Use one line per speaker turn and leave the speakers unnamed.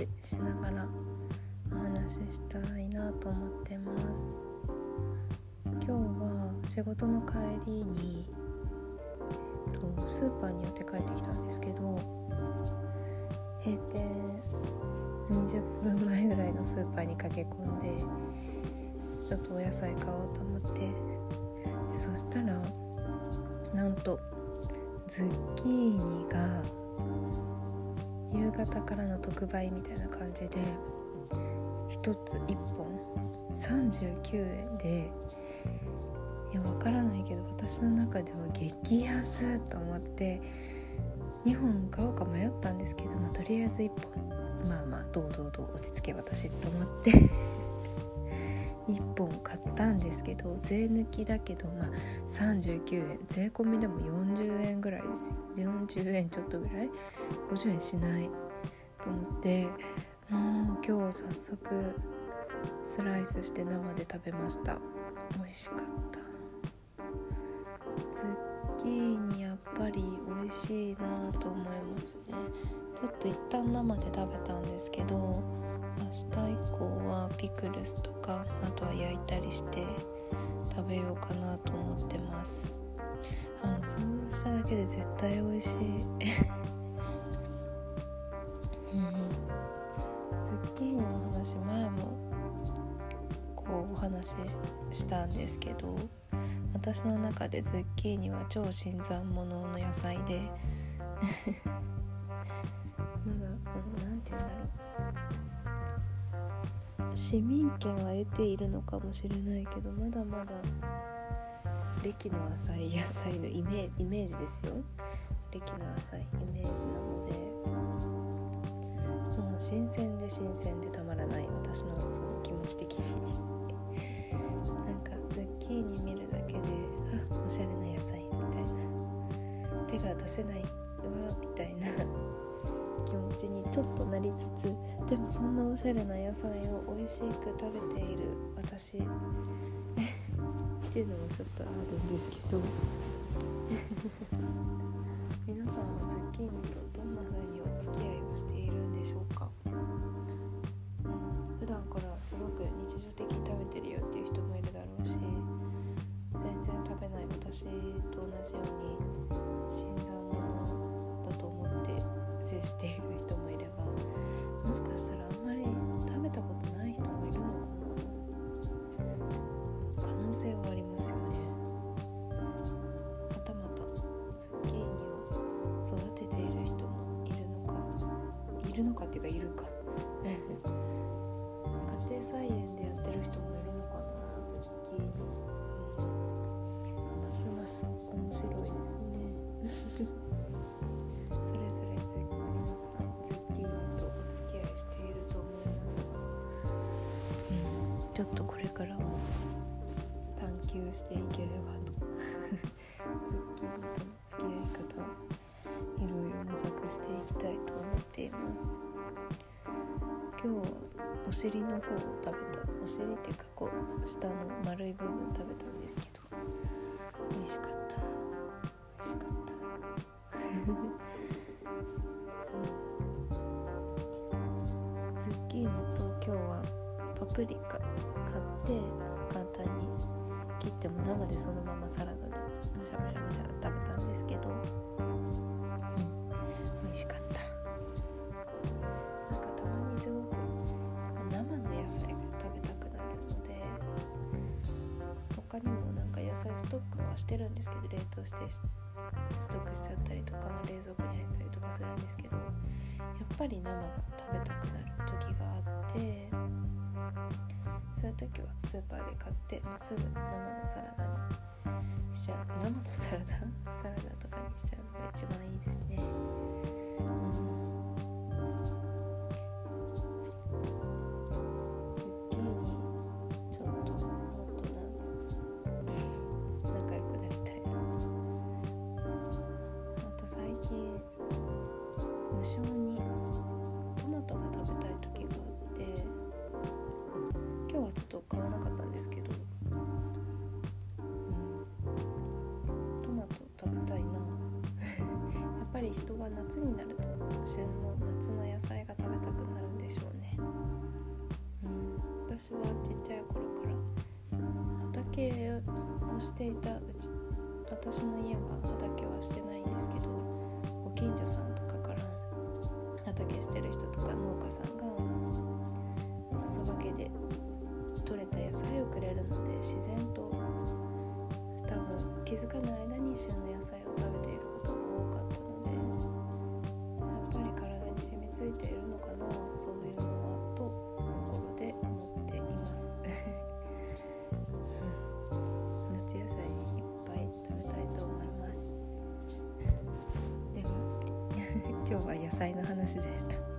話しながらお話ししたいなと思ってます。今日は仕事の帰りに、スーパーに寄って帰ってきたんですけど、閉店20分前ぐらいのスーパーに駆け込んでちょっとお野菜買おうと思って、そしたらなんとズッキーニが夕方からの特売みたいな感じで1つ1本39円で、わからないけど私の中では激安と思って2本買おうか迷ったんですけど、とりあえず1本どう落ち着け私と思って1本買ったんですけど、税抜きだけど39円、税込みでも40円ぐらいですよ。40円ちょっとぐらい、50円しないと思って、もう今日早速スライスして生で食べました。美味しかった。ズッキーニやっぱり美味しいなと思いますね。ちょっと一旦生で食べたんですけど、明日以降はピクルスとかあとは焼いたりして食べようかなと思ってます。想像しただけで絶対美味しいズッキーニの話前もお話ししたんですけど、私の中でズッキーニは超新参者の野菜でまだなんて言うんだろう、市民権は得ているのかもしれないけど、まだまだ歴の浅い野菜のイメージですよ。歴の浅いイメージなので、もう新鮮でたまらない、私のその気持ち的になんかズッキーニ見るだけでおしゃれな野菜みたいな、手が出せないわみたいな気持ちにちょっとなりつつ、でもそんなおしゃれな野菜を美味しく食べている私っていうのもちょっとあるんですけど皆さんはズッキーニとどんな風にお付き合いをしているんでしょうか。普段からすごく日常的に食べてるよっていう人もいるだろうし、全然食べない私と同じように新参者だと思って接している人もいれば、もしかしたらあんまり食べたことない人もいるのかな。可能性はありますよね。またまたズッキーニを育てている人もいるのかっていうかいるか家庭菜園でやってる人もいるのかな、ズッキーニ。ますます面白いですねそれぞれ皆さんズッキーニとお付き合いしていると思いますが、ちょっとこれからも探求していければとズッキーニとの付き合い方をいろいろ模索していきたいと思っています。今日はお尻の方を食べた。お尻っていうか下の丸い部分食べたんですけど、美味しかったズッキーニと今日はパプリカ買って簡単に切っても生でそのままサラダでむしゃむしゃ食べたんですけど、美味しかった。なんかたまにすごく生の野菜が食べたくなるので、他にもなんか野菜ストックはしてるんですけど、冷凍してストックしちゃったりとか冷蔵庫に入ったりとかするんですけど、やっぱり生が食べたくなる時があって、そういう時はスーパーで買ってすぐ生のサラダにしちゃう。生のサラダとかにしちゃうのが一番いいですね。無性にトマトが食べたい時があって、今日はちょっと買わなかったんですけど、トマト食べたいなやっぱり人は夏になると旬の夏の野菜が食べたくなるんでしょ私はちっちゃい頃から畑をしていた私の家は畑はしてないんですけど、ご近所さんとかから畑してる人とか農家さんがお裾分けで採れた野菜をくれるので、自然と多分気づかない間に旬の野菜を食べていることが多かったので、やっぱり体に染みついているのかな、そういうのはと心で思っています夏野菜いっぱい食べたいと思います。でも今日は野菜の話でした。